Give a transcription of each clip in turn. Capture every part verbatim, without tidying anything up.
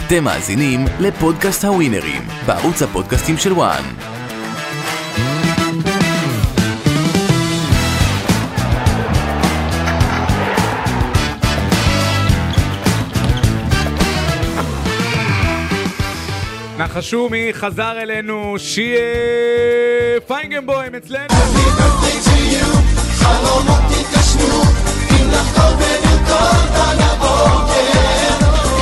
אתם מאזינים לפודקאסט הווינרים, בערוץ הפודקאסטים של וואן. נחשו מי חזר אלינו, שיה פיינגנבוים אצלנו. חלומות תתגשמו, אם נחתור ונרקוד על הבוקר.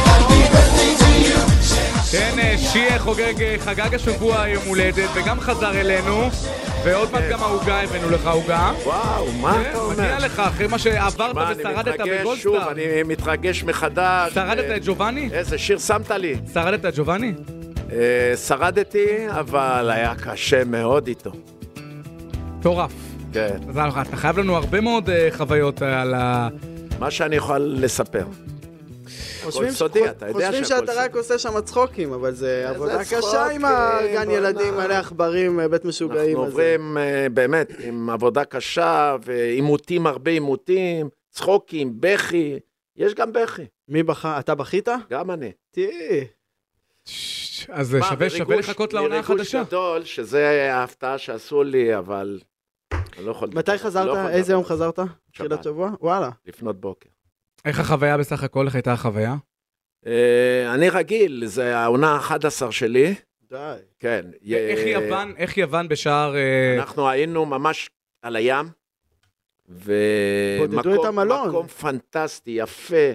כן, שיה חוגג, חגג השבוע יום הולדת וגם חזר אלינו, ועוד מעט גם ההוגה, הבאנו לך הוגה. וואו, מה אתה אומר? מגיע לך, אחרי מה שעברת ושרדת בגולדסטאר. שוב, אני מתרגש מחדש. שרדת את ג'ובאני? איזה שיר שמת לי. שרדת את ג'ובאני? שרדתי, אבל היה קשה מאוד איתו. טורף. כן. אז אתה חייב לנו הרבה מאוד חוויות על ה... מה שאני יכול לספר. חושבים שאתה רק עושה שם צחוקים, אבל זה עבודה קשה עם הגן ילדים, מלא עכברים, בית משוגעים. אנחנו עוברים באמת עם עבודה קשה, ועימותים, הרבה עימותים, צחוקים, בכי, יש גם בכי. מי בכה? אתה בכית? גם אני. תהי. אז שווה לחכות לעונה החדשה. מריגוש גדול, שזה ההפתעה שעשו לי, אבל אני לא יכול... מתי חזרת? איזה יום חזרת? תחילת שבוע? וואלה. לפנות בוקר. איך החוויה בסך הכל? איך הייתה החוויה? אני רגיל, זה העונה ה-אחת עשרה שלי. די. כן. איך יוון בשער... אנחנו היינו ממש על הים, ומקום פנטסטי, יפה,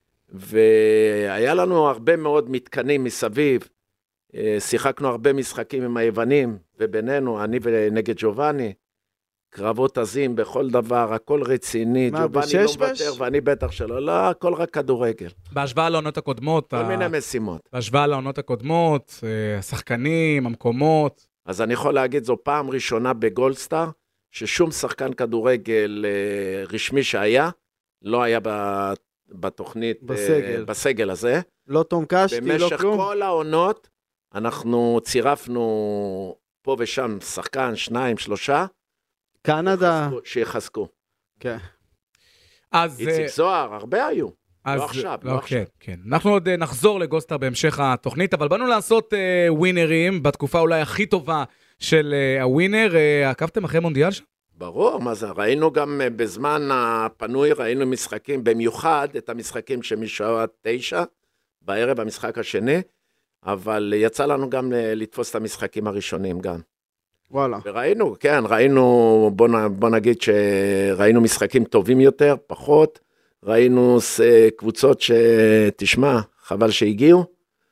והיה לנו הרבה מאוד מתקנים מסביב, שיחקנו הרבה משחקים עם היוונים, ובינינו, אני ונגד ג'ובאני, קרבות עזים בכל דבר, הכל רציני, ג'ובאני לא מוותר ואני בטח שלא, לא, הכל רק כדורגל. בהשוואה לעונות הקודמות. כל מיני משימות. בהשוואה לעונות הקודמות, השחקנים, המקומות. אז אני יכול להגיד, זו פעם ראשונה בגולדסטאר, ששום שחקן כדורגל רשמי שהיה, לא היה בתוכנית, בסגל, בסגל הזה. לא תום קשתי, לא כלום. במשך כל העונות, אנחנו צירפנו פה ושם שחקן, שניים, שלושה, קנדה. שיחזקו. כן. אז... איציק זוהר, הרבה היו. לא עכשיו, לא עכשיו. כן, אנחנו עוד נחזור לגולדסטאר בהמשך התוכנית, אבל באנו לעשות ווינרים, בתקופה אולי הכי טובה של הווינר. עקבתם אחרי מונדיאל שם? ברור, מה זה? ראינו גם בזמן הפנוי, ראינו משחקים, במיוחד את המשחקים שמשעה תשע, בערב המשחק השני, אבל יצא לנו גם לתפוס את המשחקים הראשונים גם. וואלה. וראינו, כן, ראינו, בוא, בוא נגיד שראינו משחקים טובים יותר, פחות, ראינו קבוצות שתשמע, חבל שהגיעו.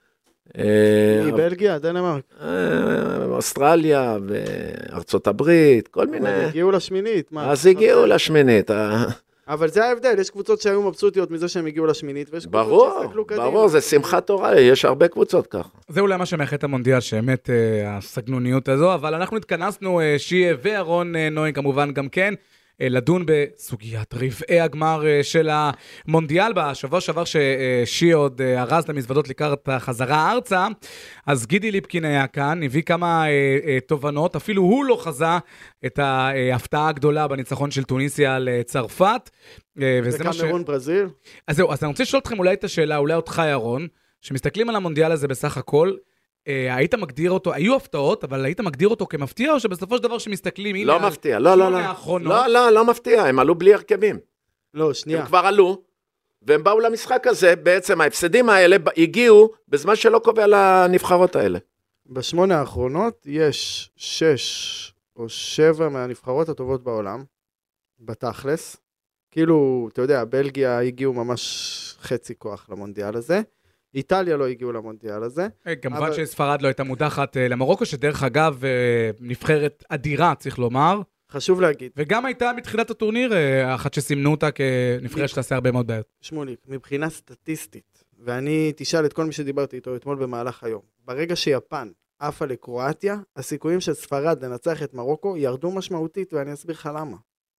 מבלגיה, דנמרק. אוסטרליה וארצות הברית, כל מיני. הגיעו לשמינית. אז הגיעו לשמינית. אבל זה ההבדל, יש קבוצות שהיו מבסוטיות מזה שהם הגיעו לשמינית, ויש קבוצות שהסתכלו קדימה. ברור, זה שמחת תורה, יש הרבה קבוצות כך. זה אולי מה שמאחד את המונדיאל, שאמת הסגנוניות הזו, אבל אנחנו התכנסנו, שיה וארון נוי כמובן גם כן, לדון בסוגיית רבעי הגמר של המונדיאל. בשבוע שעבר ששיה עוד ארז למזוודות לקראת החזרה ארצה, אז גידי ליפקין היה כאן, הביא כמה תובנות, אפילו הוא לא חזה את ההפתעה הגדולה בניצחון של טוניסיה לצרפת. וקמרון ברזיל. אז זהו, אז אני רוצה לשאול אתכם אולי את השאלה, אולי אותך ירון, שמסתכלים על המונדיאל הזה בסך הכל, היית מגדיר אותו, היו הפתעות, אבל היית מגדיר אותו כמפתיע, או שבסופו של דבר שמסתכלים, לא מפתיע, לא, לא, לא, לא, לא, לא מפתיע, הם עלו בלי הרכבים. לא, שנייה. הם כבר עלו, והם באו למשחק הזה, בעצם ההפסדים האלה הגיעו בזמן שלא קובע לנבחרות האלה. בשמונה האחרונות יש שש או שבע מהנבחרות הטובות בעולם, בתכלס. כאילו, אתה יודע, בלגיה הגיעו ממש חצי כוח למונדיאל הזה. איטליה לא הגיעו למונדיאל הזה. כמובן אבל... שספרד לא הייתה מודחת למרוקו, שדרך אגב נבחרת אדירה, צריך לומר. חשוב להגיד. וגם הייתה מתחילת הטורניר, אחת שסימנו אותה כנבחרת שתעשה הרבה מאוד בעיות. שמוליק, מבחינה סטטיסטית, ואני תשאל את כל מי שדיברתי איתו אתמול במהלך היום, ברגע שיפן עפה לקרואטיה, הסיכויים של ספרד לנצח את מרוקו ירדו משמעותית, ואני אסביר לך למה.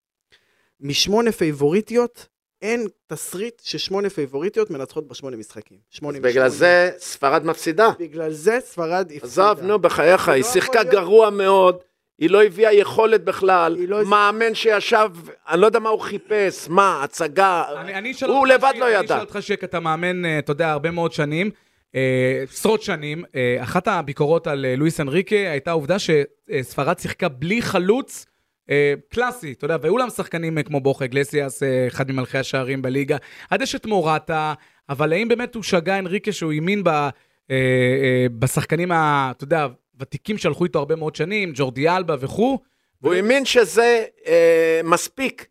משמונה פייבוריטיות, אין תסריט ששמונה פייבוריטיות מנצחות בשמונה משחקים. בגלל זה ספרד מפסידה. בגלל זה ספרד הפסידה. עזוב, נו, בחייך, היא שיחקה גרוע מאוד, היא לא הביאה יכולת בכלל, מאמן שישב, אני לא יודע מה הוא חיפש, מה, הצגה, הוא לבד לא ידע. אני אשאל אותך שק, אתה מאמן, אתה יודע, הרבה מאוד שנים, עשרות שנים, אחת הביקורות על לואיס אנריקה הייתה העובדה שספרד שיחקה בלי חלוץ קלאסי, אתה יודע, והיו להם שחקנים כמו בורחה איגלסיאס, אחד ממלכי השערים בליגה, עד יש את מורטה, אבל האם באמת הוא שגה אנריקה שהוא האמין בשחקנים, אתה יודע, ותיקים שהלכו איתו הרבה מאוד שנים, ג'ורדי אלבה וכו', והוא האמין שזה אה, מספיק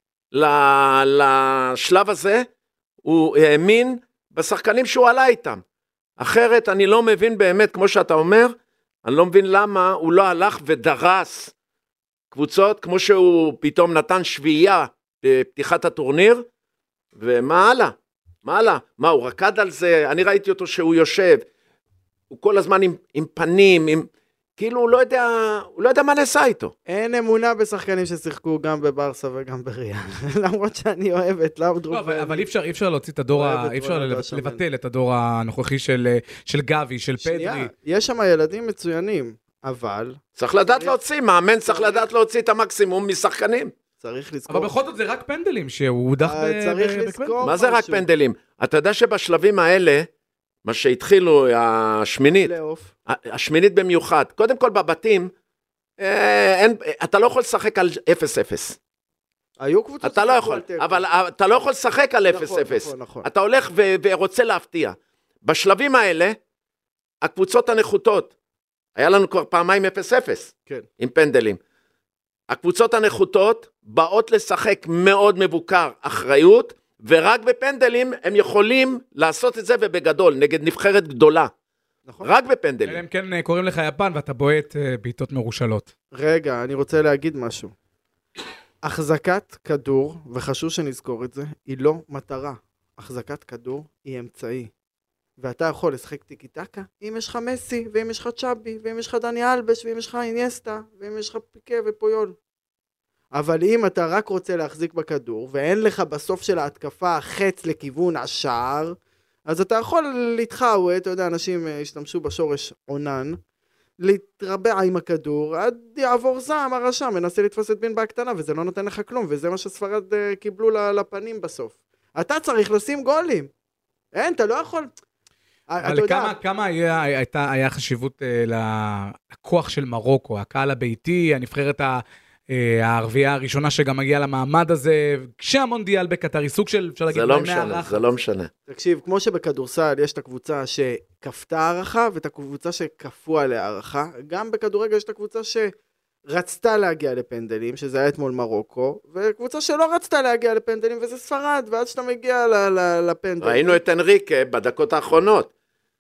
לשלב הזה, הוא האמין בשחקנים שהוא עלה איתם. אחרת אני לא מבין באמת, כמו שאתה אומר, אני לא מבין למה הוא לא הלך ודרס קבוצות, כמו שהוא פתאום נתן שביעייה בפתיחת הטורניר, ומה הלאה? מה הלאה? מה, הוא רקד על זה? אני ראיתי אותו שהוא יושב, הוא כל הזמן עם, עם פנים, עם... כאילו הוא לא יודע, הוא לא יודע מה נעשה איתו. אין אמונה בשחקנים ששיחקו גם בברסה וגם בריאל. למרות שאני אוהב את לאודרופ. אבל אי אפשר, אי אפשר להוציא את הדור, אי אפשר לבטל את הדור הנוכחי של, של גבי, של פדרי. יש שם ילדים מצוינים, אבל... צריך לדעת להוציא, מאמן צריך לדעת להוציא את המקסימום משחקנים. צריך לזכור. אבל בכל זאת זה רק פנדלים, שהוא הודח בקפנדלים. מה זה רק פנדלים? אתה יודע שבשלבים האלה, מה שהתחילו, השמינית, השמינית במיוחד, קודם כל בבתים, אין, אתה לא יכול לשחק על אפס אפס. היו קבוצות... אתה לא יכול, אבל אתה לא יכול לשחק על אפס אפס. אתה הולך ורוצה להפתיע. בשלבים האלה, הקבוצות הנחותות, היה לנו כבר פעמיים אפס אפס, כן. עם פנדלים. הקבוצות הנחותות באות לשחק מאוד מבוקר, אחריות, ורק בפנדלים הם יכולים לעשות את זה ובגדול, נגד נבחרת גדולה. נכון. רק בפנדלים. הם כן קוראים לך יפן ואתה בועט בעיטות מרושלות. רגע, אני רוצה להגיד משהו. החזקת כדור, וחשוב שנזכור את זה, היא לא מטרה. החזקת כדור היא אמצעי. ואתה יכול לשחק טיקי טקה, אם יש לך מסי, ואם יש לך צ'אבי, ואם יש לך דני אלבש, ואם יש לך אינייסטה, ואם יש לך פיקה ופויול. אבל אם אתה רק רוצה להחזיק בכדור, ואין לך בסוף של ההתקפה חץ לכיוון השער, אז אתה יכול להתחאווה, אתה יודע, אנשים השתמשו בשורש עונן, להתרבע עם הכדור, עד יעבור זעם הרשע, מנסה לתפוס את בין בהקטנה, וזה לא נותן לך כלום, וזה מה שספרד קיבלו לפנים בסוף. אתה צריך לשים גולים. אין, אתה לא יכול... אבל כמה, כמה היה, הייתה, היה חשיבות אה, לכוח של מרוקו, הקהל הביתי, הנבחרת ה... הערבייה הראשונה שגם מגיעה למעמד הזה, כשהמונדיאל בקטר, היא סוג של, אפשר להגיד, זה לא משנה, זה לא משנה. תקשיב, כמו שבכדורסל יש את הקבוצה שכפתה הערכה, ואת הקבוצה שכפו עליה הערכה, גם בכדורגל יש את הקבוצה שרצתה להגיע לפנדלים, שזה היה אתמול מרוקו, וקבוצה שלא רצתה להגיע לפנדלים, וזה ספרד, ועד שאתה מגיע לפנדלים. ראינו את אנריקה בדקות האחרונות,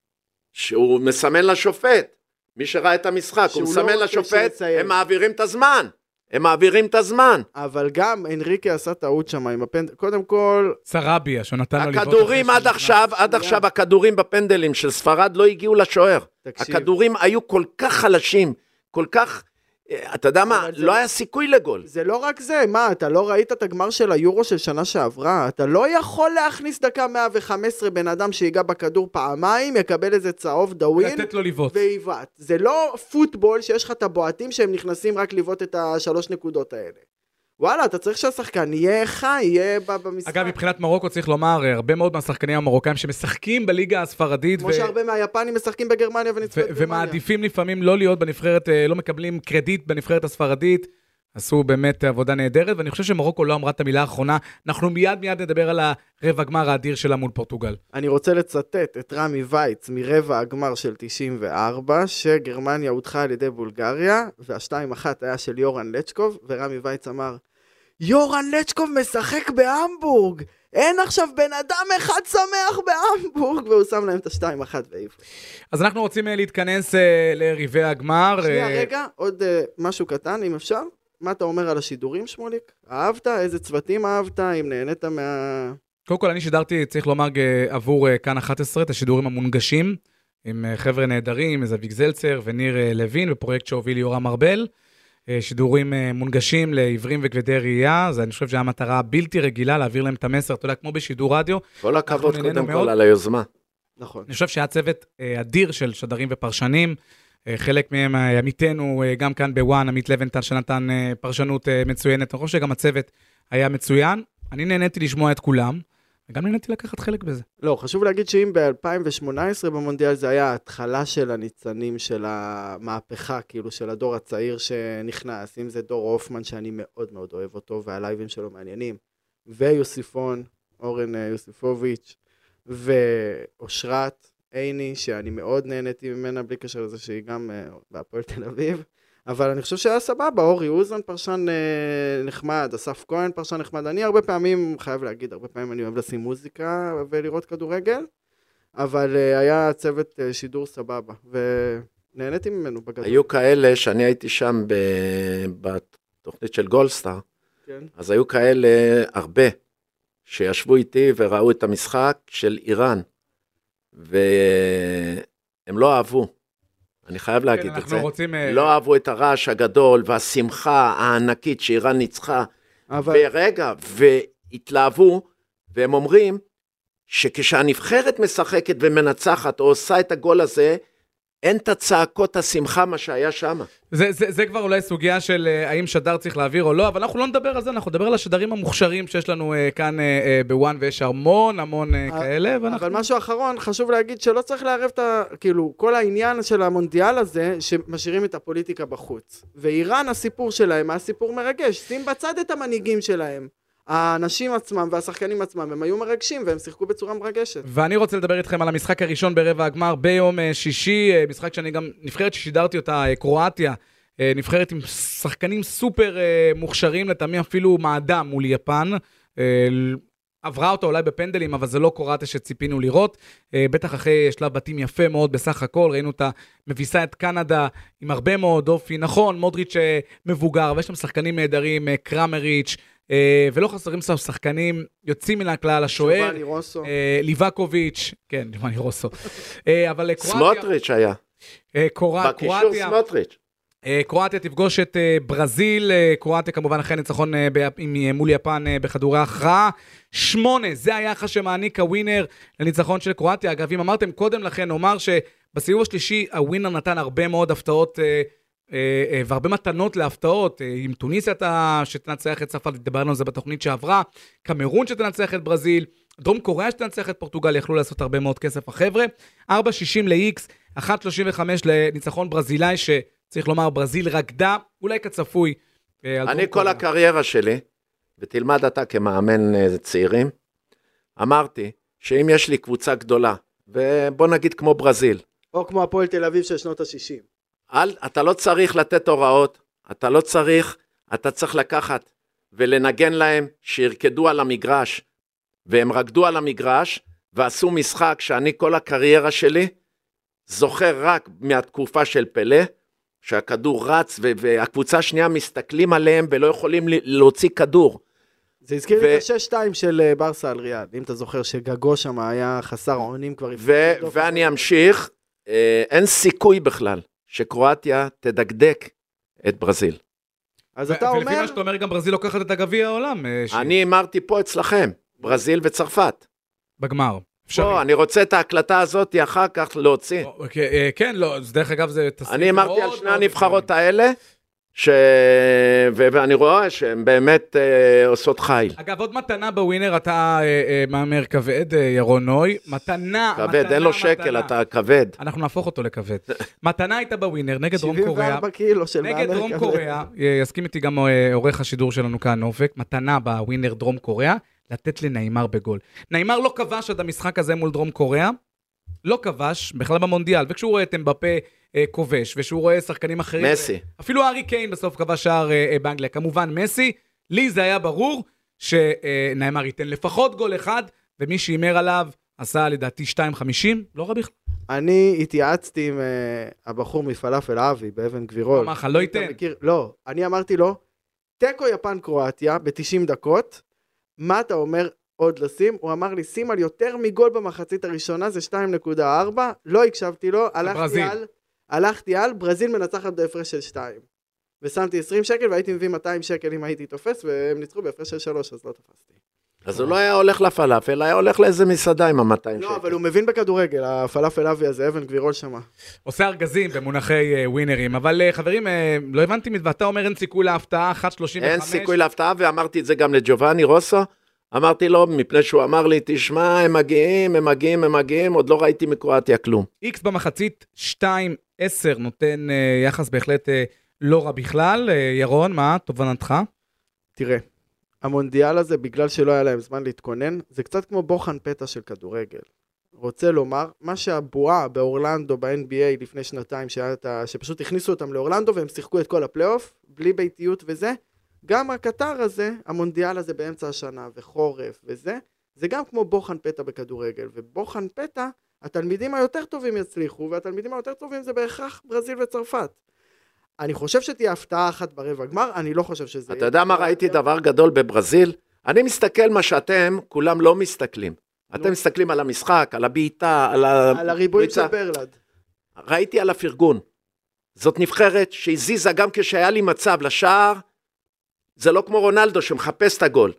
שהוא מסמן לשופט, מי שראה את המשחק, הוא מסמן לשופט, הם מעבירים את הזמן. הם מעבירים את הזמן. אבל גם אנריקה עשה טעות שם עם הפנדל. קודם כל... סרביה, שנתן לו לבעוט. הכדורים עד עכשיו, עד עכשיו הכדורים בפנדלים של ספרד לא הגיעו לשוער. הכדורים היו כל כך חלשים, כל כך... אתה יודע מה? לא היה סיכוי לגול. זה לא רק זה, מה? אתה לא ראית את הגמר של היורו של שנה שעברה? אתה לא יכול להכניס דקה מאה וחמש עשרה בן אדם שיגע בכדור פעמיים, יקבל איזה צהוב דווין. לתת לו לבעוט. ואיבט. זה לא פוטבול שיש לך את הבועטים שהם נכנסים רק לבעוט את השלוש נקודות האלה. וואלה, אתה צריך שהשחקן יהיה חי, יהיה במשחק. אגב, מבחינת מרוקו צריך לומר, הרבה מאוד מהשחקנים המרוקאים שמשחקים בליגה הספרדית. כמו שהרבה מהיפנים משחקים בגרמניה ונצפת גרמניה. ומעדיפים לפעמים לא להיות בנבחרת, לא מקבלים קרדיט בנבחרת הספרדית. עשו באמת עבודה נהדרת, ואני חושב שמרוקו לא אמרה את המילה האחרונה. אנחנו מיד מיד נדבר על הרבע הגמר האדיר שלה מול פורטוגל. אני רוצה לצטט את רמי וייץ מרבע הגמר של תשעים וארבע, שגרמניה הודחה על ידי בולגריה, והשתיים אחת היה של יורן לצ'קוב, ורמי וייץ אמר, יורן לצ'קוב משחק בהמבורג, אין עכשיו בן אדם אחד שמח בהמבורג, והוא שם להם את השתיים אחת ואיפה. אז אנחנו רוצים להתכנס לרבעי הגמר. שנייה, רגע, עוד משהו קטן, אם אפשר. מה אתה אומר על השידורים, שמוליק? אהבת? איזה צוותים אהבת? אם נהנית מה... קודם כל, אני שידרתי, צריך לומר, עבור כאן אחת עשרה, את השידורים המונגשים, עם חבר'ה נהדרים, זאביק זלצר וניר לוין, בפרויקט שהוביל יורם ארבל. שידורים מונגשים לעברים וכבדי ראייה, אז אני חושב שהמטרה המטרה בלתי רגילה להעביר להם את המסר, אתה יודע, כמו בשידור רדיו. כל הכבוד קודם כל על היוזמה. נכון. אני חושב שהיה צוות אדיר של שדרים ופרשנים, חלק מהם עמיתנו, גם כאן בוואן, עמית לבנטל שנתן פרשנות מצוינת, אני חושב שגם הצוות היה מצוין, אני נהניתי לשמוע את כולם, גם נהניתי לקחת חלק בזה. לא, חשוב להגיד שאם ב-אלפיים ושמונה עשרה במונדיאל זה היה ההתחלה של הניצנים של המהפכה, כאילו של הדור הצעיר שנכנס, אם זה דור אופמן שאני מאוד מאוד אוהב אותו, והלייבים שלו מעניינים, ויוסיפון, אורן יוסיפוביץ', ואושרת עיני, שאני מאוד נהניתי ממנה, בלי קשר לזה שהיא גם בהפועל תל אביב, אבל אני חושב שהיה סבבה, אורי אוזן פרשן אה, נחמד, אסף כהן פרשן נחמד, אני הרבה פעמים, חייב להגיד, הרבה פעמים אני אוהב לשים מוזיקה ולראות כדורגל, אבל אה, היה צוות אה, שידור סבבה, ונהניתי ממנו בגדול. היו כאלה שאני הייתי שם ב... בתוכנית של גולדסטאר, כן. אז היו כאלה הרבה, שישבו איתי וראו את המשחק של איראן, והם לא אהבו. אני חייב להגיד את זה, רוצים... לא אהבו את הרעש הגדול והשמחה הענקית שאיראן ניצחה, אבל... ורגע, והתלהבו, והם אומרים שכשהנבחרת משחקת ומנצחת או עושה את הגול הזה, אין את הצעקות השמחה מה שהיה שם. זה, זה, זה כבר אולי סוגיה של uh, האם שדר צריך להעביר או לא, אבל אנחנו לא נדבר על זה, אנחנו נדבר על השדרים המוכשרים שיש לנו uh, כאן uh, uh, בוואן, ויש המון המון uh, כאלה. ואנחנו... אבל משהו אחרון, חשוב להגיד שלא צריך לערב את ה... כאילו, כל העניין של המונדיאל הזה, שמשאירים את הפוליטיקה בחוץ. ואיראן, הסיפור שלהם, הסיפור מרגש. שים בצד את המנהיגים שלהם. האנשים עצמם והשחקנים עצמם, הם היו מרגשים והם שיחקו בצורה מרגשת. ואני רוצה לדבר איתכם על המשחק הראשון ברבע הגמר ביום שישי, משחק שאני גם, נבחרת ששידרתי אותה, קרואטיה, נבחרת עם שחקנים סופר מוכשרים, לטעמי אפילו מאדם מול יפן, עברה אותה אולי בפנדלים, אבל זה לא קרואטיה שציפינו לראות, בטח אחרי שלב בתים יפה מאוד בסך הכל, ראינו אותה מביסה את קנדה עם הרבה מאוד אופי, נכון, מודריץ' מבוגר, ויש שם שחקנים נהדרים, קרמריץ', ולא חסרים שחקנים יוצאים מן הכלל, השוער, ג'ובאני רוסו, ליבקוביץ', כן, ג'ובאני רוסו, אבל קרואטיה, סמוטריץ' היה, בקישור סמוטריץ'. קרואטיה תפגוש את ברזיל, קרואטיה כמובן אחרי ניצחון מול יפן בכדורי הכרעה, שמונה, זה היחס שמעניק הווינר לניצחון של קרואטיה. אגב, אם אמרתם קודם לכן, אומר שבסיבוב השלישי הווינר נתן הרבה מאוד הפתעות והרבה מתנות להפתעות, עם טוניסיה שתנצח את צרפת, דיברנו על זה בתוכנית שעברה, קמרון שתנצח את ברזיל, דרום קוריאה שתנצח את פורטוגל, יכלו לעשות הרבה מאוד כסף החבר'ה, ארבע שישים ל-X, אחת שלושים וחמש לניצחון ברזילאי, שצריך לומר ברזיל רקדה, אולי כצפוי. אני כל הקריירה שלי, ותלמד אתה כמאמן צעירים, אמרתי שאם יש לי קבוצה גדולה, ובוא נגיד כמו ברזיל, או כמו הפועל תל אביב של שנות ה-שישים, אל, אתה לא צריך לתת הוראות, אתה לא צריך, אתה צריך לקחת ולנגן להם שירקדו על המגרש, והם רקדו על המגרש, ועשו משחק שאני כל הקריירה שלי, זוכר רק מהתקופה של פלא, שהכדור רץ, והקבוצה השנייה מסתכלים עליהם, ולא יכולים להוציא כדור. זה הזכיר לי את ה-שש שתיים של ברסה על ריאל, אם אתה זוכר שגגו שם היה חסר עונים כבר. ואני אמשיך, אין סיכוי בכלל, שקרואטיה תדקדק את ברזיל. אז אתה אומר... ולפי מה שאתה אומר, גם ברזיל לוקחת את הגביע העולם. אני אמרתי פה אצלכם, ברזיל וצרפת. בגמר. פה, אני רוצה את ההקלטה הזאת אחר כך להוציא. כן, לא, דרך אגב זה... אני אמרתי על שני הנבחרות האלה, ואני רואה שהן באמת עושות חיל. אגב, עוד מתנה בווינר, אתה מאמר כבד, ירון נוי, מתנה, כבד, אין לו שקל, אתה כבד. אנחנו נהפוך אותו לכבד. מתנה הייתה בווינר, נגד דרום קוריאה. שבעים וארבע קילו של מאמר כבד. נגד דרום קוריאה, יסכים איתי גם עורך השידור שלנו כאן, אופק, מתנה בווינר דרום קוריאה, לתת לנעימר בגול. נעימר לא כבש עד המשחק הזה מול דרום קוריאה, לא כבש, בכלל במונדיאל, וכשהוא רואה את אמבפה אה, כובש, ושהוא רואה שחקנים אחרים, מסי. אפילו ארי קיין בסוף כבש שער אה, באנגליה, כמובן מסי, לי זה היה ברור שנעימר ייתן לפחות גול אחד, ומי שאימר עליו עשה לדעתי שתיים חמישים, לא רע בכלל. אני התייעצתי עם uh, הבחור מפלאפל אבי באבן גבירול. אמר לך, לא ייתן. מכיר, לא, אני אמרתי לו, תיקו יפן קרואטיה ב-תשעים דקות, מה אתה אומר עוד לשים? הוא אמר לי, שים על יותר מגול במחצית הראשונה, זה שתיים נקודה ארבע, לא הקשבתי לו, הלכתי על, הלכתי על, ברזיל מנצחת בהפרש של שתיים. ושמתי עשרים שקל והייתי מביא מאתיים שקל אם הייתי תופס, והם ניצחו בהפרש של שלוש, אז לא תפסתי. אז הוא לא היה הולך לפלאפל, היה הולך לאיזה מסעדה עם ה-מאתיים שקל. לא, אבל הוא מבין בכדורגל, הפלאפל אבי הזה, אבן גבירול שמה. עושה ארגזים במונחי ווינרים, אבל חברים, לא הבנתי, ואתה אומר אין סיכוי להפתעה, אחת שלושים וחמש. אין סיכוי להפתעה, ואמרתי את זה גם לג'ובאני רוסו, אמרתי לו, מפני שהוא אמר לי, תשמע, הם מגיעים, הם מגיעים, הם מגיעים, עוד לא ראיתי מקרואטיה כלום. איקס במחצית שתיים עשר נותן uh, יחס בהחלט uh, לא רע בכלל. Uh, ירון, מה תובנתך? תראה, המונדיאל הזה, בגלל שלא היה להם זמן להתכונן, זה קצת כמו בוחן פתע של כדורגל. רוצה לומר, מה שהבועה באורלנדו, ב-אן בי איי לפני שנתיים, שהיה, שפשוט הכניסו אותם לאורלנדו, והם שיחקו את כל הפלייאוף, בלי ביתיות וזה, גם הקטר הזה, המונדיאל הזה באמצע השנה, וחורף וזה, זה גם כמו בוחן פתע בכדורגל, ובוחן פתע, התלמידים היותר טובים יצליחו, והתלמידים היותר טובים זה בהכרח ברזיל וצרפת. אני חושב שתהיה הפתעה אחת ברבע גמר, אני לא חושב שזה... אתה יודע מה ראיתי דבר גדול בברזיל? אני מסתכל מה שאתם, כולם לא מסתכלים. אתם מסתכלים על המשחק, על הבעיטה, על ה... על הריבועים של ברלד. ראיתי על הפרגון. זאת נבחרת שהזיזה גם כשהיה לי מצב לשער, זה לא כמו רונלדו שמחפש את הגול.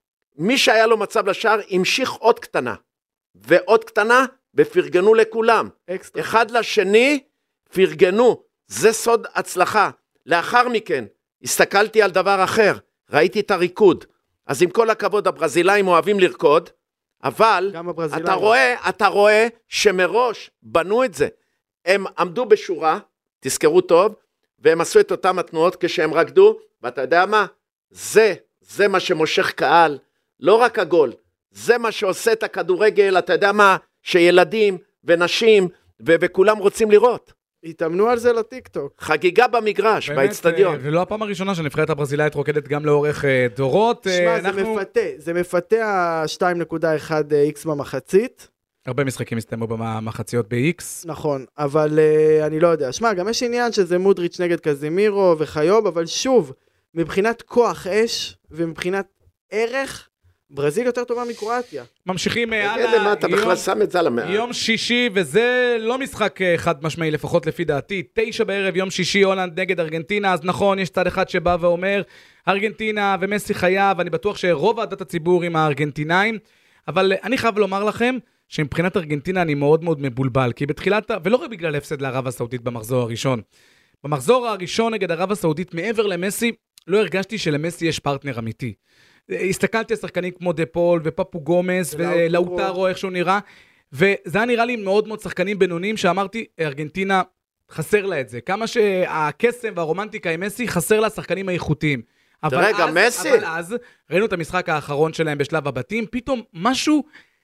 מי שהיה לו מצב לשער, המשיך עוד קטנה. ועוד קטנה, ופרגנו לכולם. אקסטרה. אחד לשני, פרגנו. זה סוד הצלחה. לאחר מכן, הסתכלתי על דבר אחר. ראיתי את הריקוד. אז עם כל הכבוד, הברזילאים אוהבים לרקוד, אבל אתה רואה, אתה רואה שמראש בנו את זה. הם עמדו בשורה, תזכרו טוב, והם עשו את אותם התנועות כשהם רקדו, ואתה יודע מה? זה, זה מה שמושך קהל, לא רק הגול, זה מה שעושה את הכדורגל, אתה יודע מה? שילדים ונשים ו- וכולם רוצים לראות. התאמנו על זה לטיקטוק. חגיגה במגרש, באצטדיון. ולא הפעם הראשונה שנבחרת הברזילאית רוקדת גם לאורך דורות. שמע, אנחנו... זה מפתה, זה מפתה ה-שתיים נקודה אחת איקס במחצית. הרבה משחקים הסתיימו במחציות ב-X. נכון, אבל uh, אני לא יודע. שמע, גם יש עניין שזה מודריץ' נגד קזימירו וחיוב, אבל שוב, מבחינת כוח אש ומבחינת ערך, ברזיל יותר טובה מקרואטיה. ממשיכים הלאה. תגיד, מה אתה בכלל שם את זה על המאה? יום שישי, וזה לא משחק חד משמעי, לפחות לפי דעתי. תשע בערב, יום שישי, הולנד נגד ארגנטינה. אז נכון, יש צד אחד שבא ואומר, ארגנטינה ומסי חייב, אני בטוח שרוב עדת הציבור עם הארגנטינאים, אבל אני חייב לומר לכם, שמבחינת ארגנטינה אני מאוד מאוד מבולבל, כי בתחילת, ולא רק בגלל הפסד לערב הסעודית במחזור הראשון. במחזור הראשון נגד ערב הסעודית, מעבר למסי, לא הרגשתי שלמסי יש פרטנר אמיתי. הסתכלתי על שחקנים כמו דפול ופפו גומס ולאוטרו, איך שהוא נראה, וזה היה נראה לי מאוד מאוד שחקנים בינוניים, שאמרתי, ארגנטינה חסר לה את זה. כמה שהקסם והרומנטיקה עם מסי, חסר לה שחקנים האיכותיים. אבל רגע, אז, מסי. אבל אז, ראינו את המשחק האחרון שלהם בשלב הבתים, פתאום משהו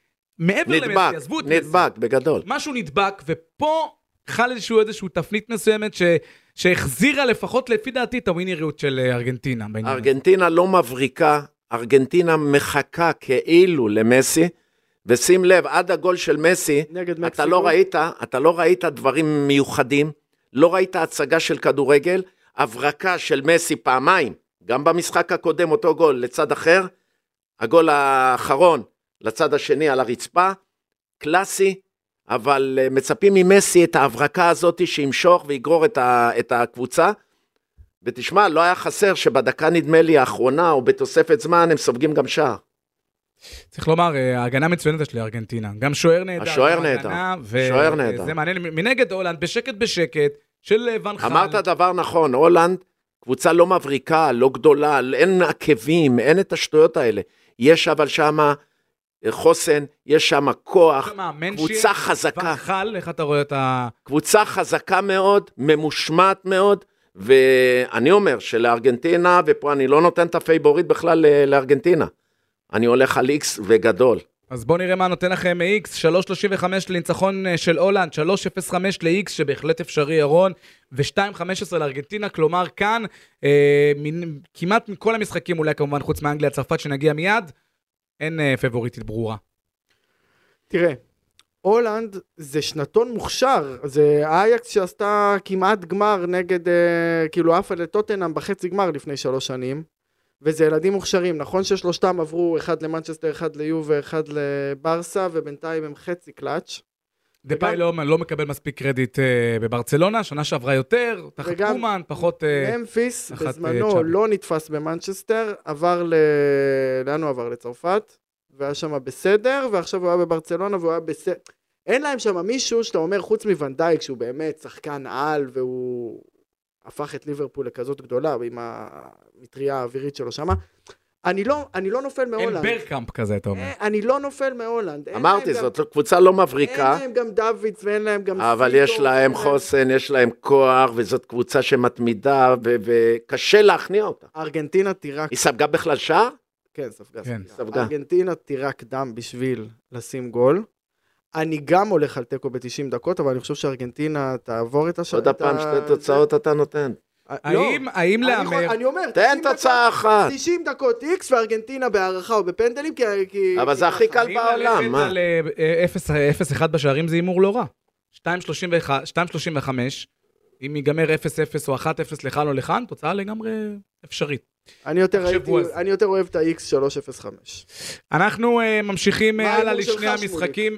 מעבר נדבק, למסי, עזבו את נדבק, מסי. בגדול. משהו נדבק, ופה חל איזשהו איזשהו תפנית מסוימת ש... שהחזירה לפחות לפי דעתי את הווינריות של ארגנטינה. ארגנטינה לא מבריקה, ארגנטינה מחכה כאילו למסי, ושים לב, עד הגול של מסי, אתה לא ראית, אתה לא ראית דברים מיוחדים, לא ראית הצגה של כדורגל, הברקה של מסי פעמיים, גם במשחק הקודם אותו גול לצד אחר, הגול האחרון לצד השני על הרצפה, קלאסי, אבל מצפים ממסי את ההברקה הזאת שימשוך ויגרור את, ה, את הקבוצה, ותשמע, לא היה חסר שבדקה נדמה לי האחרונה, או בתוספת זמן, הם סופגים גם שער. צריך לומר, ההגנה מצוינת של ארגנטינה, גם שוער נהדר. השוער נהדר, שוער נהדר. זה מעניין, מנגד הולנד, בשקט בשקט, של ונחל. אמרת דבר נכון, הולנד, קבוצה לא מבריקה, לא גדולה, אין עקבים, אין את השטויות האלה. יש אבל שמה חוסן, יש שם כוח, קבוצה חזקה. ונחל, איך אתה רואה את ה... קבוצה חזקה מאוד, ממושמעת מאוד, ואני אומר שלארגנטינה, ופה אני לא נותן את הפייבוריט בכלל לארגנטינה, אני הולך על X וגדול. אז בואו נראה מה נותן לכם X, שלוש שלושים וחמש לניצחון של הולנד, שלוש אפס חמש ל-X שבהחלט אפשרי ירון, ו-שתיים חמש עשרה לארגנטינה, כלומר כאן, אה, מין, כמעט מכל המשחקים, אולי כמובן חוץ מאנגליה צרפת שנגיע מיד, אין אה, פייבוריטית ברורה. תראה, הולנד זה שנתון מוכשר, זה אייקס שעשתה כמעט גמר נגד, אה, כאילו אף לטוטנהאם בחצי גמר לפני שלוש שנים, וזה ילדים מוכשרים, נכון ששלושתם עברו אחד למנצ'סטר, אחד ליוב ואחד לברסה, ובינתיים הם חצי קלאץ'. דפאי לא, לא מקבל מספיק קרדיט uh, בברצלונה, שנה שעברה יותר, תחת קומן, פחות... Uh, ממפיס בזמנו uh, לא נתפס במנצ'סטר, עבר ל... לאן הוא עבר? לצרפת, והיה שם בסדר, ועכשיו הוא היה בברצלונה והוא היה בסדר. אין להם שם מישהו שאתה אומר, חוץ מוונדייק, שהוא באמת שחקן על, והוא הפך את ליברפול לכזאת גדולה, עם המטריה האווירית שלו שם. אני לא, אני לא נופל אין מהולנד. ברקאמפ כזה, אתה אומר. אה, אני לא נופל מהולנד. אין אמרתי, להם זאת גם- קבוצה לא מבריקה, אין להם גם דווידס ואין להם גם אבל סידור, יש להם ואין להם- חוסן, יש להם כוח, וזאת קבוצה שמתמידה, ו- וקשה להכניע אותה. ארגנטינה תירק, היא ספגה בכלל שער? כן, ספגה, כן. ספגה. ספגה. ארגנטינה תירק דם בשביל לשים גול. אני גם הולך על תיקו ב-תשעים דקות, אבל אני חושב שארגנטינה תעבור את השעה. עוד הפעם שתי תוצאות אתה נותן. האם, האם להמר... לא. אני אומר, תן תשעים תוצאה דקות- אחת. תשעים דקות איקס וארגנטינה בהערכה או בפנדלים, כי... כי- אבל כי זה הכי ככה. קל בעולם, האם מה? ללכת על אפס אחת בשערים זה הימור לא רע. שתיים שלושים וחמש, אם ייגמר אפס אפס או אחת אפס לכאן או לכאן, תוצאה לגמרי אפשרית. אני יותר תחשבו ראיתי- על זה. אני יותר אוהב את ה-X שלוש אפס חמש. אנחנו uh, ממשיכים מה uh, הלאה ההימור לשני שלך, המשחקים.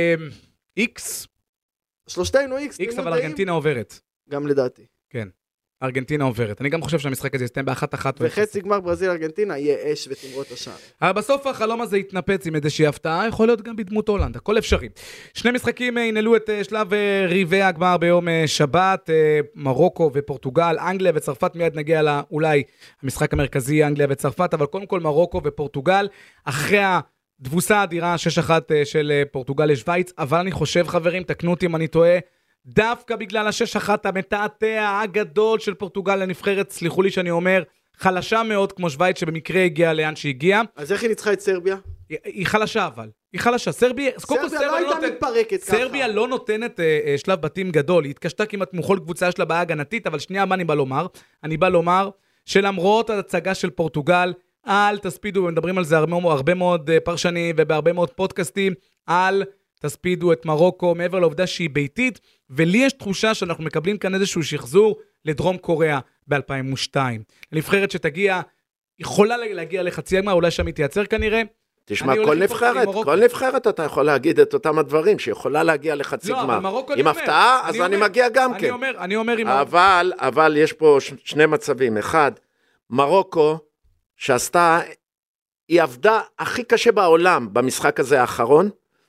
איקס, שלושתנו X. איקס אבל תמימות דעים. ארגנטינה עוברת. גם לדעתי. כן, ארגנטינה עוברת. אני גם חושב שהמשחק הזה יסתיים באחת אחת. או אפס. וחצי גמר ברזיל ארגנטינה יהיה אש ותמרות השער. אבל בסוף החלום הזה יתנפץ עם איזושהי הפתעה, יכול להיות גם בדמות הולנד, הכל אפשרי. שני משחקים ינהלו את אה, שלב אה, רבעי הגמר ביום אה, שבת, אה, מרוקו ופורטוגל, אנגליה וצרפת, מיד נגיע לאולי המשחק המרכזי, אנגליה וצרפת, אבל קודם כל מרוקו ופורטוגל, אחרי הדבוסה האדירה שש אחת אה, של אה, פורטוגל לשוויץ, אבל אני חושב חברים, תקנו אותי אם אני טועה, דווקא בגלל השש אחת המתעתע הגדול של פורטוגל לנבחרת, סליחו לי שאני אומר, חלשה מאוד כמו שוויץ שבמקרה הגיעה לאן שהגיעה, אז איך היא ניצחה את סרביה? היא, היא חלשה אבל, היא חלשה, סרביה, קודם כל סרביה לא הייתה נותנת- מתפרקת ככה. סרביה לא נותנת אה, אה, שלב בתים גדול, היא התקשתה כמעט מכל קבוצה שלה בעיה הגנתית, אבל שנייה מה אני בא לומר? אני בא לומר שלמרות ההצגה של פורטוגל, אל תספידו, ומדברים על זה הרבה, הרבה מאוד אה, פרשנים ובהרבה מאוד פודקאסטים, אל תספידו את מרוקו, מעבר לעובדה שהיא ביתית, ולי יש תחושה שאנחנו מקבלים כאן איזשהו שחזור לדרום קוריאה ב-אלפיים ושתיים. נבחרת שתגיע, יכולה להגיע לחצי הגמר, אולי שם היא תייצר כנראה. תשמע, אני כל הולך עם נבחרת, מרוקו. כל נבחרת אתה יכול להגיד את אותם הדברים, שיכולה להגיע לחצי לא, אבל גמר. מרוקו אני עם אומר. הפתעה, אז אני אומר, מגיע גם אני כן. אומר, אני אומר עם... אבל, אבל יש פה ש- שני מצבים. אחד, מרוקו, שעשתה, היא עבדה הכי קשה בעולם במשחק הזה האחרון,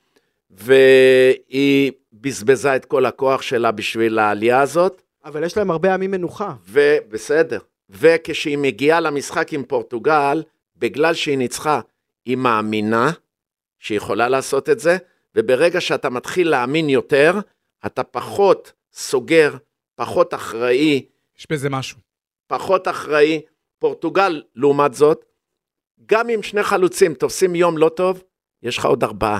והיא בזבזה את כל הכוח שלה בשביל העלייה הזאת, אבל יש להם הרבה ימים מנוחה. ובסדר. וכשהיא מגיעה למשחק עם פורטוגל, בגלל שהיא ניצחה, היא מאמינה שהיא יכולה לעשות את זה, וברגע שאתה מתחיל להאמין יותר, אתה פחות סוגר, פחות אחראי, יש בזה משהו. פחות אחראי. פורטוגל, לעומת זאת, גם אם שני חלוצים תופסים יום לא טוב, יש לך עוד ארבעה.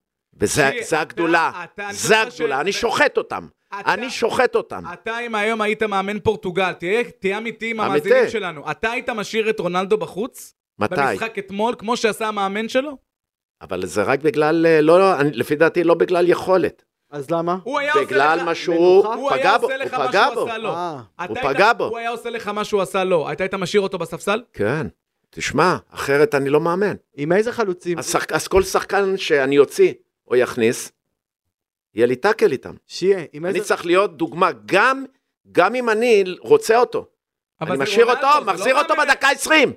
וזה שי, זה אתה- הגדולה, אתה- אני זה חושב ש- הגדולה, אני שוחט אותם, אתה- אני שוחט אותם. אתה אם היום היית מאמן פורטוגל, תהיה, תהיה אמיתי עם אמיתי. המאזינים שלנו. אתה היית משאיר את רונלדו בחוץ? מתי? במשחק אתמול, כמו שעשה המאמן שלו? אבל זה רק בגלל, אה, לא, לא, אני- לפי דעתי לא בגלל יכולת. אז למה? הוא היה עושה בגלל לך... מה שהוא מנוחה? הוא פגע היה בו, עושה הוא לך מה פגע שהוא בו. עשה לו. אה, אתה הוא היית- פגע בו. הוא היה עושה לך מה שהוא עשה לו. אתה היית משאיר אותו בספסל? כן, תשמע, אחרת אני לא מאמן. עם איזה חלוצים? אז, שחק, אז כל שחקן שאני אוציא או יכניס, יהיה לי טאקל איתם. שיהיה, עם אני איזה... צריך להיות דוגמה, גם, גם אם אני רוצה אותו. אבל אני זה משאיר רונלדו, אותו, זה לא מחזיר אותו מאמן. בדקה עשרים.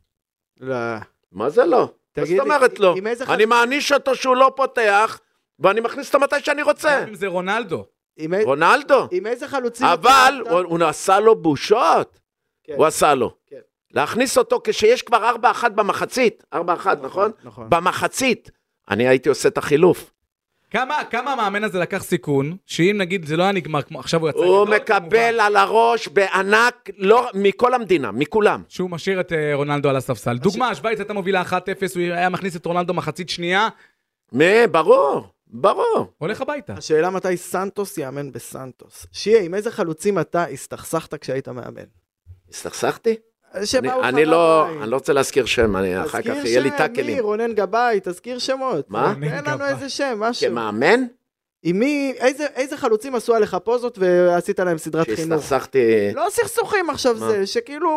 לא. מה זה לא? מה תגיד זאת לי, אומרת לא? עם איזה אני חלוץ- מעניש אותו שהוא לא פותח, ואני מכניס אותו מתי שאני רוצה. גם אם זה רונלדו. עם איזה- רונלדו. עם איזה חלוצים... אבל אתה- הוא, הוא עשה לו בושות. כן. הוא עשה לו. כן. להכניס אותו כשיש כבר ארבע אחת במחצית. ארבע אחת, נכון? נכון. במחצית. אני הייתי עושה את החילוף. כמה, כמה המאמן הזה לקח סיכון, שאם נגיד זה לא היה נגמר, כמו עכשיו הוא יצא... הוא גדול, מקבל כמובן, על הראש בענק, לא, מכל המדינה, מכולם. שהוא משאיר את אה, רונלדו על הספסל. דוגמה, שוויץ הייתה מובילה אחת אפס, הוא היה מכניס את רונלדו מחצית שנייה, מי, ברור, ברור. הולך הביתה. השאלה מתי סנטוס יאמן בסנטוס. שיהיה, עם איזה חלוצים אתה הסתכסכת כשהיית מאמן? הסתכסכתי? אני, שבאו לך אני לא, בבית. אני לא רוצה להזכיר שם, אני אחר כך תזכיר יהיה לי שם, טאקלים. מי? רונן גבאי, תזכיר שמות. מה? תן לנו גבאי. איזה שם, משהו. כמאמן? עם מי, איזה, איזה חלוצים עשו עליך פוזות ועשית להם סדרת חינוך? שהסתכסכתי... לא סכסוכים עכשיו מה? זה, שכאילו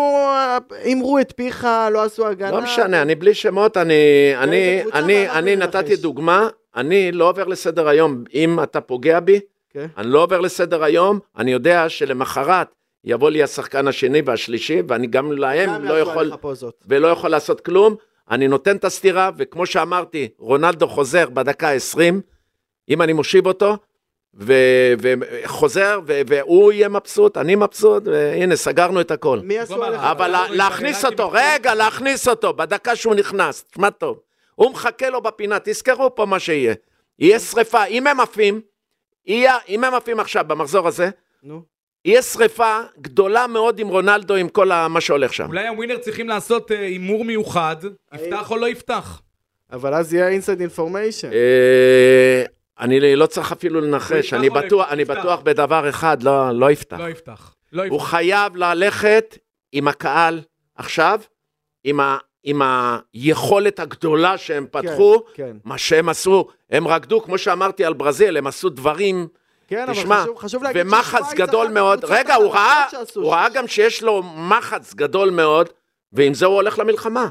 אמרו את פיך, לא עשו הגנה. לא משנה, אני בלי שמות, אני, אני, קבוצה אני, ואנחנו אני ננחש. נתתי דוגמה, אני לא עובר לסדר היום, אם אתה פוגע בי, כן. אני לא עובר לסדר היום, אני יודע שלמחרת יבוא לי השחקן השני והשלישי, ואני גם להם גם לא יעשו יכול, עליך פוזות. ולא יכול לעשות כלום, אני נותן את הסתירה, וכמו שאמרתי, רונלדו חוזר בדקה עשרים, אם אני מושיב אותו, וחוזר, והוא יהיה מבסוט, אני מבסוט, והנה, סגרנו את הכל. מי עשו עליך? אבל להכניס אותו, רגע, להכניס אותו, בדקה שהוא נכנס, תשמע טוב, הוא מחכה לו בפינה, תזכרו פה מה שיהיה. יהיה שריפה, אם הם עפים, אם הם עפים עכשיו במחזור הזה, יהיה שריפה גדולה מאוד עם רונלדו, עם כל מה שהולך שם. אולי הווינר צריכים לעשות אימור מיוחד, יפתח או לא יפתח. אבל אז יהיה אינסייד אינפורמיישן. אני לא צריך אפילו לנחש, אני בטוח, אני בטוח בדבר אחד, לא, לא יפתח. לא יפתח. הוא חייב ללכת עם הקהל עכשיו, עם, ה, עם היכולת הגדולה שהם פתחו, כן, כן. מה שהם עשו, הם רקדו, כמו שאמרתי על ברזיל, הם עשו דברים, כן, תשמע, אבל חשוב, חשוב להגיד ומחץ גדול מאוד, רגע, הוא ראה, הוא ראה גם שיש לו מחץ גדול מאוד, ועם זה הוא הולך למלחמה.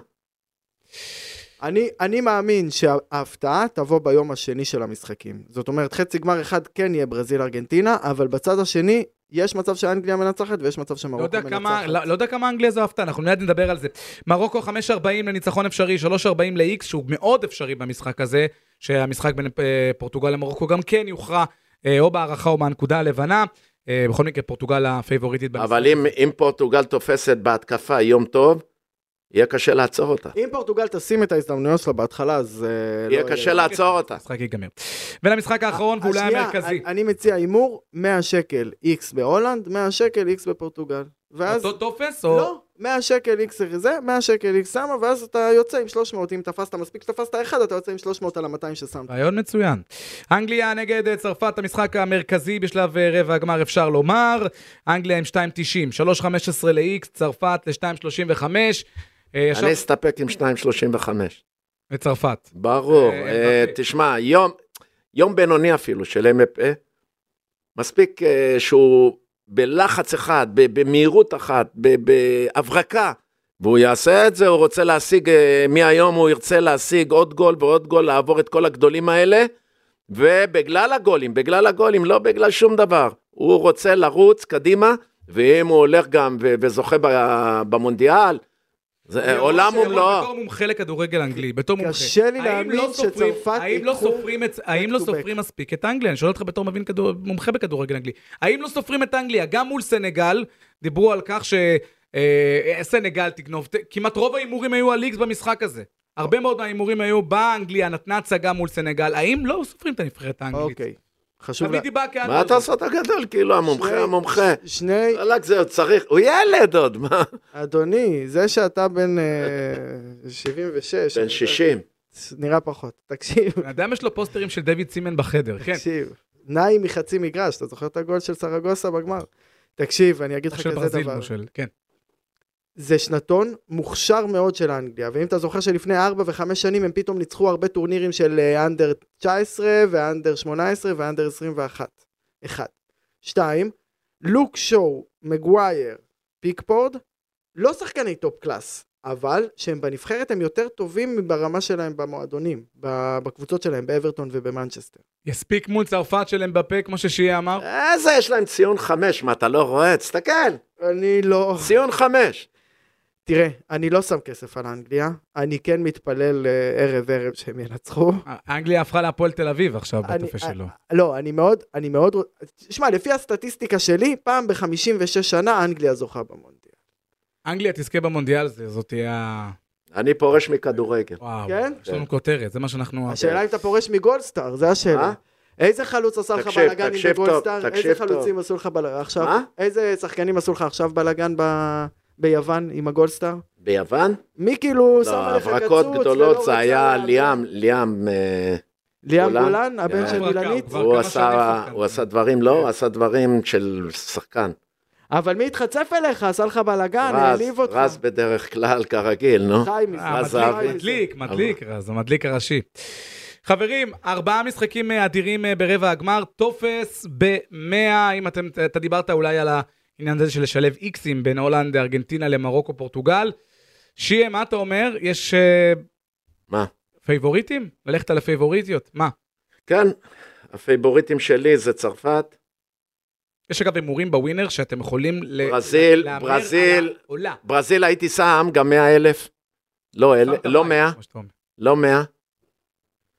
אני, אני מאמין שההפתעה תבוא ביום השני של המשחקים. זאת אומרת, חצי גמר אחד כן יהיה ברזיל-ארגנטינה, אבל בצד השני יש מצב שאנגליה מנצחת ויש מצב שמרוקו לא מנצחת. לא, לא יודע כמה אנגליה זו הפתעה, אנחנו מיד נדבר על זה. מרוקו חמש ארבעים לניצחון אפשרי, שלוש ארבעים ל-X, שהוא מאוד אפשרי במשחק הזה, שהמשחק בין פורטוגל למרוקו גם כן יוכרע, או בהערכה או מהנקודה הלבנה. בכל מקרה, פורטוגל הפייבוריטית במשחק. אבל אם, אם פורטוגל תופסת בהתקפה יום טוב, יהיה קשה לעצור אותה. אם פורטוגל תשים את ההזדמנויות שלה בהתחלה, אז... יהיה קשה לעצור אותה. המשחק ייגמר. ולמשחק האחרון, ואולי המרכזי. אני מציע אימור, מאה שקל X בהולנד, מאה שקל X בפורטוגל. אותו טופס? לא, מאה שקל X זה, מאה שקל X שמה, ואז אתה יוצא עם שלוש מאות, אם תפסת מספיק, תפסת אחד, אתה יוצא עם שלוש מאות על ה-מאתיים ששמת. רעיון מצוין. אנגליה נגד צרפת, המשחק המרכזי בשלב רבע הגמר, אפשר לומר. אנגליה עם שתיים תשעים, שלוש חמש עשרה ל-X, צרפת ל-שתיים שלושים וחמש. אני אסתפק עם שתיים שלושים וחמש. בצרפת. ברור. תשמע, יום בינוני אפילו של אם אף, מספיק שהוא בלחץ אחד, במהירות אחת, בהברקה, והוא יעשה את זה, הוא רוצה להשיג, מהיום הוא ירצה להשיג עוד גול ועוד גול, לעבור את כל הגדולים האלה, ובגלל הגולים, בגלל הגולים, לא בגלל שום דבר, הוא רוצה לרוץ קדימה, ואם הוא הולך גם וזוכה במונדיאל, זה עולם ומלואו. בתור מומחה לכדורגל אנגלי, בתור מומחה. קשה לי להאמין שצרפת יקחו... האם לא סופרים מספיק את אנגליה? אני שואל אותך בתור מומחה בכדורגל אנגלי. האם לא סופרים את אנגליה? גם מול סנגל, דיברו על כך שסנגל תגנוב, כמעט רוב האימורים היו על איקס במשחק הזה. הרבה מאוד מהאימורים היו באנגליה, נתנה הצגה מול סנגל. האם לא סופרים את הנבחרת האנגלית? אוקיי. חשוב לה... מה אתה עושה את הגדול? כאילו המומחה, המומחה. שני... רק זה צריך, הוא ילד עוד, מה? אדוני, זה שאתה בן שבעים ושש. בן שישים. נראה פחות, תקשיב. אדם יש לו פוסטרים של דויד סימן בחדר, כן. תקשיב, נאי מחצי מגרש, אתה זוכר את הגול של סרגוסה בגמר? תקשיב, אני אגיד לך כזה דבר. כן. זה שנתון מוכשר מאוד של אנגליה, ואם אתה זוכר שלפני ארבע וחמש שנים הם פתאום ניצחו הרבה טורנירים של אנדר תשע עשרה ואנדר שמונה עשרה ואנדר עשרים ואחת. אחד. שתיים, לוק שואו, מגווייר, פיקפורד, לא שחקני טופ קלאס, אבל שהם בנבחרת הם יותר טובים ברמה שלהם במועדונים, בקבוצות שלהם, באברטון ובמנצ'סטר. יספיק מול צרפת של אמבפה, כמו ששיהיה אמר? איזה, יש להם ציון חמש, מה אתה לא רואה? תסתכל. אני לא... ציון חמש. תראה, אני לא שם כסף על אנגליה, אני כן מתפלל ערב ערב שהם ינצחו. אנגליה הפכה להפועל תל אביב עכשיו בתופש שלו. לא, אני מאוד, אני מאוד... תשמע, לפי הסטטיסטיקה שלי, פעם ב-חמישים ושש שנה אנגליה זוכה במונדיאל. אנגליה תזכה במונדיאל, זאת תהיה... אני פורש מכדורגל. וואו, יש לנו כותרת, זה מה שאנחנו... השאלה אם אתה פורש מגולדסטאר, זה השאלה. איזה חלוץ עשה לך בלגן עם בגולדסטאר? איזה חלוצים עשו לך בלגן עכשיו? איזה שחקנים עשו לך עכשיו בלגן ביוון עם הגולדסטאר? ביוון? מי כאילו שם עליך קצוץ? הברקות גדולות זה היה ליאם, ליאם... ליאם גולן, הבן של אילנית? הוא עשה דברים, לא, הוא עשה דברים של שחקן. אבל מי התחצף אליך? עשה לך בלגן, העליב אותך. רז בדרך כלל, כרגיל, נו. חי מזה. מדליק, מדליק, רז, זה מדליק הראשי. חברים, ארבעה משחקים אדירים ברבע הגמר, טופס ב-מאה, אם אתם, אתה דיברת אולי על העניין הזה של לשלב איקסים בין הולנד, ארגנטינה למרוקו, פורטוגל. שיהיה, מה אתה אומר? יש... מה? פייבוריטים? ללכת על הפייבוריטיות, מה? כן, הפייבוריטים שלי זה צרפת. יש אגב אמורים בווינר שאתם יכולים... ברזיל, ברזיל, ברזיל הייתי שם גם מאה אלף, לא מאה, לא מאה.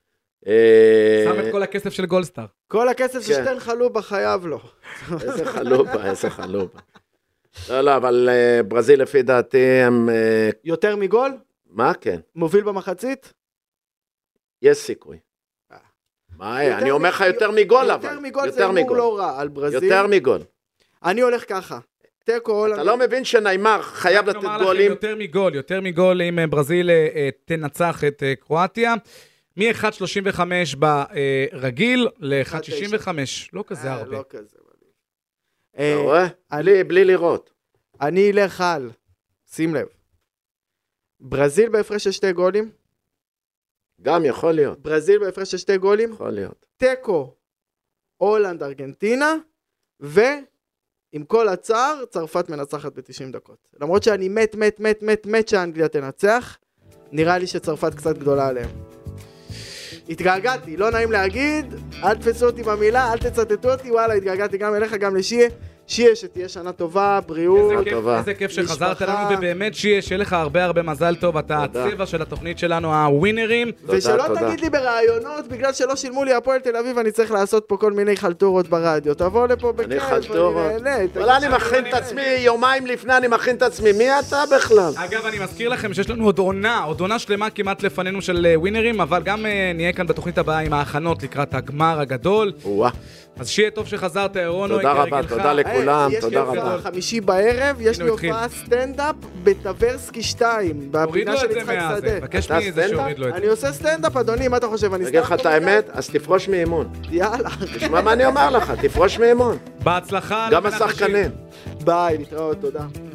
שם את כל הכסף של גולדסטאר. כל הכסף ששתן חלובה חייב לו. איזה חלובה, איזה חלובה. לא, לא, אבל ברזיל לפי דעתי הם... יותר מגול? מה? כן. מוביל במחצית? יש סיכוי. מה, אני אומר לך יותר מגול, אבל. יותר מגול זה אמור לא רע על ברזיל. יותר מגול. אני הולך ככה. אתה לא מבין שניימר חייב לתת גולים? יותר מגול, יותר מגול אם ברזיל תנצח את קרואטיה. מ-אחת שלושים וחמש ברגיל ל-אחת שישים וחמש. לא כזה הרבה. לא כזה. אתה רואה? בלי לראות. אני אלך על, שים לב. ברזיל בהפרש של שתי גולים. גם יכול להיות. ברזיל בהפרש של שתי גולים. יכול להיות. טקו, הולנד, ארגנטינה, ועם כל הצער, צרפת מנצחת ב-תשעים דקות. למרות שאני מת, מת, מת, מת, מת שאנגליה תנצח, נראה לי שצרפת קצת גדולה עליהם. התגעגעתי, לא נעים להגיד, אל תפסו אותי במילה, אל תצטטו אותי, וואלה, התגעגעתי גם אליך, גם לשיה. שיה, שתהיה שנה טובה, בריאות, טובה. איזה כיף שחזרת לנו, ובאמת שיה, שיהיה לך הרבה הרבה מזל טוב, אתה הצבע של התוכנית שלנו, הווינרים. ושלא תגיד לי ברעיונות, בגלל שלא שילמו לי הפועל תל אביב, אני צריך לעשות פה כל מיני חלטורות ברדיו. תבוא לפה בכיף, אני חלטורות. אבל אני מכין את עצמי, יומיים לפני אני מכין את עצמי, מי אתה בכלל? אגב, אני מזכיר לכם שיש לנו עוד עונה, עוד עונה שלמה כמעט לפנינו של ווינרים, אבל גם נהיה כאן בתוכנית הבאה עם ההכנות לקראת הגמר הגדול. אז שיהיה טוב שחזרת, אירונו. תודה רבה, תודה לכולם, תודה רבה. יש לי חמישי בערב, יש לי הופעה סטנדאפ בטברסקי שתיים, בפינה של יצחק שדה. בקש מי זה שהוריד לו את זה. אני עושה סטנדאפ, אדוני, מה אתה חושב? אני אגיד לך את האמת, אז תפרוש מאימון. יאללה. תשמע מה אני אומר לך, תפרוש מאימון. בהצלחה. גם השחקנים. ביי, נתראות, תודה.